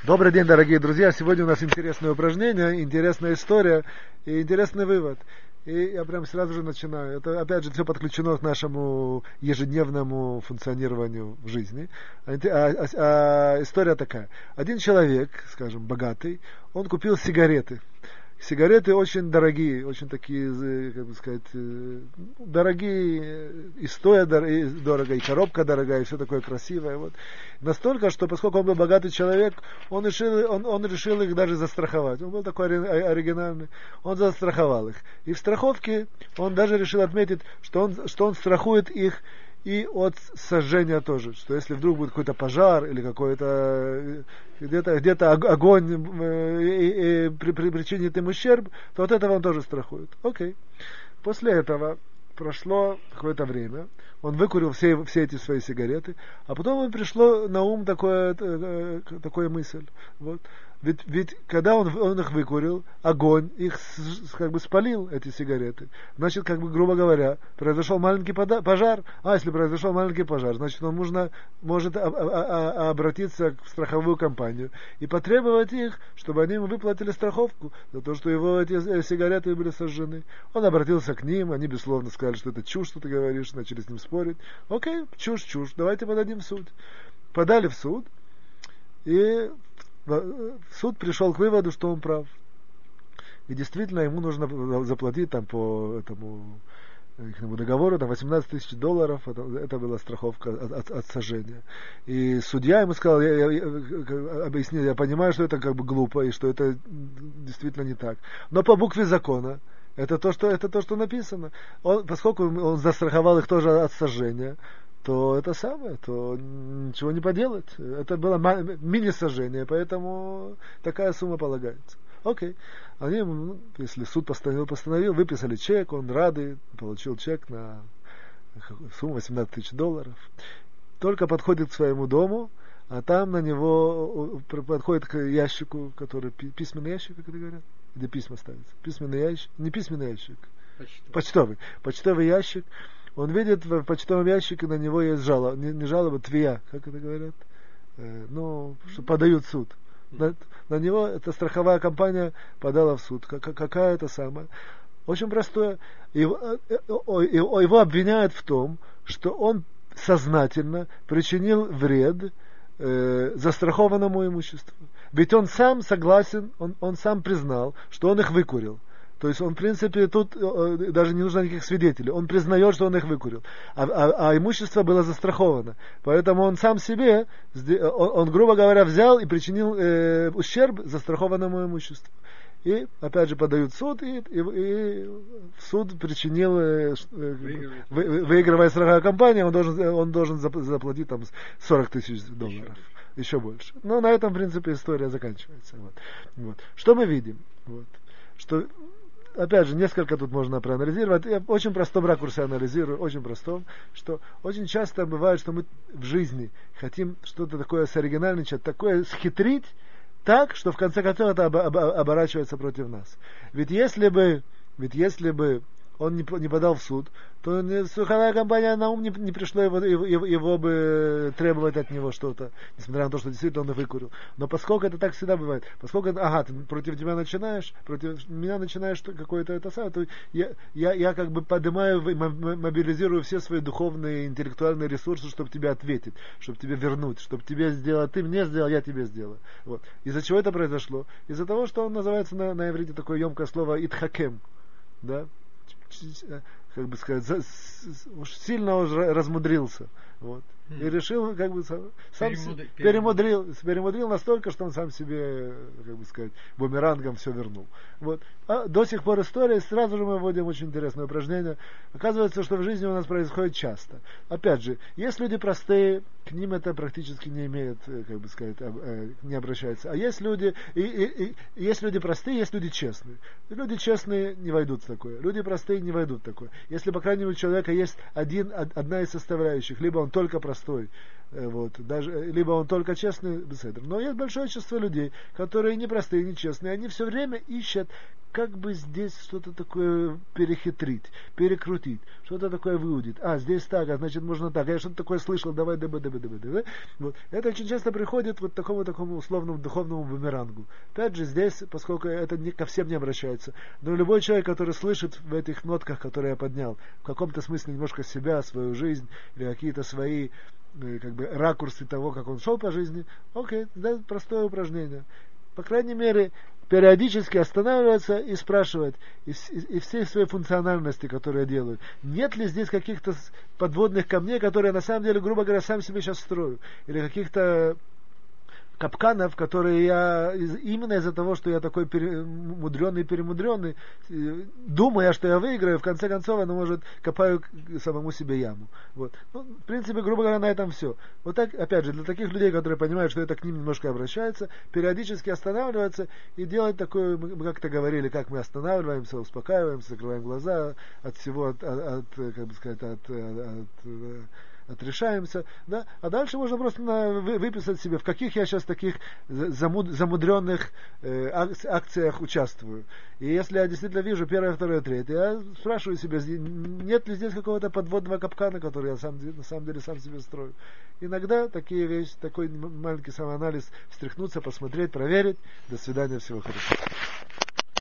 Добрый день, дорогие друзья. Сегодня у нас интересное упражнение, интересная история и интересный вывод. И я прям сразу же начинаю. Это, опять же, все подключено к нашему ежедневному функционированию в жизни. История такая. Один человек, скажем, богатый, он купил сигареты. Сигареты очень дорогие, очень такие, как бы сказать, дорогие, и стоят дорого, и коробка дорогая, и все такое красивое. Вот. Настолько, что поскольку он был богатый человек, он решил их даже застраховать. Он был такой оригинальный, он застраховал их. И в страховке он даже решил отметить, что он страхует их и от сожжения тоже, что если вдруг будет какой-то пожар или какой-то где-то огонь и причинит им ущерб, то от этого он тоже страхует. Окей. После этого прошло какое-то время, он выкурил все эти свои сигареты, а потом ему пришло на ум такая мысль. Вот. Ведь когда он их выкурил, огонь их как бы спалил, эти сигареты. Значит, как бы, грубо говоря, произошел маленький пожар. А если произошел маленький пожар, значит, он может обратиться в страховую компанию и потребовать их, чтобы они ему выплатили страховку за то, что его эти сигареты были сожжены. Он обратился к ним, они безусловно сказали, что это чушь, что ты говоришь, начали с ним спорить. Окей, чушь, давайте подадим в суд. Подали в суд, и суд пришел к выводу, что он прав. И действительно ему нужно заплатить там по этому их договору там $18 тысяч. Это была страховка от сожжения. И судья ему сказал, объяснил, я понимаю, что это как бы глупо и что это действительно не так. Но по букве закона это то, что написано. Поскольку он застраховал их тоже от сожжения, то ничего не поделать. Это было мини-сожжение, поэтому такая сумма полагается. Окей. Они, если суд постановил, выписали чек, он радый, получил чек на сумму $18 тысяч. Только подходит к своему дому, а там на него подходит к ящику, который письменный ящик, как это говорят, где письма ставятся. Письменный ящик, не письменный ящик, почтовый ящик. Он видит в почтовом ящике, на него есть жалоба, не жалоба, твия, как это говорят, что подают в суд. На него эта страховая компания подала в суд. Какая это самая? Очень простое. Его обвиняют в том, что он сознательно причинил вред застрахованному имуществу. Ведь он сам согласен, он сам признал, что он их выкурил. То есть он, в принципе, тут даже не нужно никаких свидетелей. Он признает, что он их выкурил. А имущество было застраховано. Поэтому он сам себе, он, грубо говоря, взял и причинил ущерб застрахованному имуществу. И, опять же, подают в суд, и в суд причинил, выигрывая страховая компания, он должен заплатить там $40 тысяч. Еще больше. Но на этом, в принципе, история заканчивается. Вот. Что мы видим? Что опять же, несколько тут можно проанализировать. Я в очень простом ракурсе анализирую, очень простом, что очень часто бывает, что мы в жизни хотим что-то такое соригинальничать, такое схитрить, так, что в конце концов это оборачивается против нас. Ведь если бы он не подал в суд, то страховая компания на ум не пришло его бы требовать от него что-то, несмотря на то, что действительно он выкурил. Но поскольку это так всегда бывает, поскольку ты против меня начинаешь какое-то это самое, то я как бы поднимаю, мобилизирую все свои духовные, интеллектуальные ресурсы, чтобы тебе ответить, чтобы тебе вернуть, чтобы тебе сделать, ты мне сделал, я тебе сделаю. Вот. Из-за чего это произошло? Из-за того, что он называется на иврите такое емкое слово итхакем, да? Как бы сказать, уж сильно размудрился. Вот. И решил, как бы, сам перемудрил настолько, что он сам себе, как бы сказать, бумерангом все вернул. Вот. А до сих пор история, сразу же мы вводим очень интересное упражнение. Оказывается, что в жизни у нас происходит часто. Опять же, есть люди простые, к ним это практически не имеет, как бы сказать, не обращается. А есть люди, есть люди простые, есть люди честные. И люди честные не войдут в такое. Люди простые не войдут в такое. Если, по крайней мере, у человека есть одна из составляющих, либо он только простой, вот, даже, либо он только честный, беседер. Но есть большое число людей, которые непростые, нечестные, они все время ищут, как бы здесь что-то такое перехитрить, перекрутить, что-то такое выудить. Здесь так, значит можно так. Я что-то такое слышал, давай, дыбы. Вот. Это очень часто приходит вот такому условному духовному бумерангу. Опять же, здесь, поскольку это ко всем не обращается, но любой человек, который слышит в этих нотках, которые я поднял, в каком-то смысле немножко себя, свою жизнь, или какие-то свои как бы ракурсы того, как он шел по жизни, окей, да, простое упражнение. По крайней мере, периодически останавливаться и спрашивать из всей своей функциональности, которую я делаю, нет ли здесь каких-то подводных камней, которые я на самом деле, грубо говоря, сам себе сейчас строю, или каких-то капканов, которые я именно из-за того, что я такой перемудренный, думая, что я выиграю, в конце концов, оно может копаю самому себе яму. Вот. Ну, в принципе, грубо говоря, на этом все. Вот так, опять же, для таких людей, которые понимают, что это к ним немножко обращается, периодически останавливаться и делать такое, мы как-то говорили, как мы останавливаемся, успокаиваемся, закрываем глаза от всего, как бы сказать, отрешаемся, да, а дальше можно просто выписать себе, в каких я сейчас таких замудренных акциях участвую. И если я действительно вижу первое, второе, третье, я спрашиваю себя, нет ли здесь какого-то подводного капкана, который я на самом деле сам себе строю. Иногда такие вещи, такой маленький самоанализ, встряхнуться, посмотреть, проверить. До свидания, всего хорошего.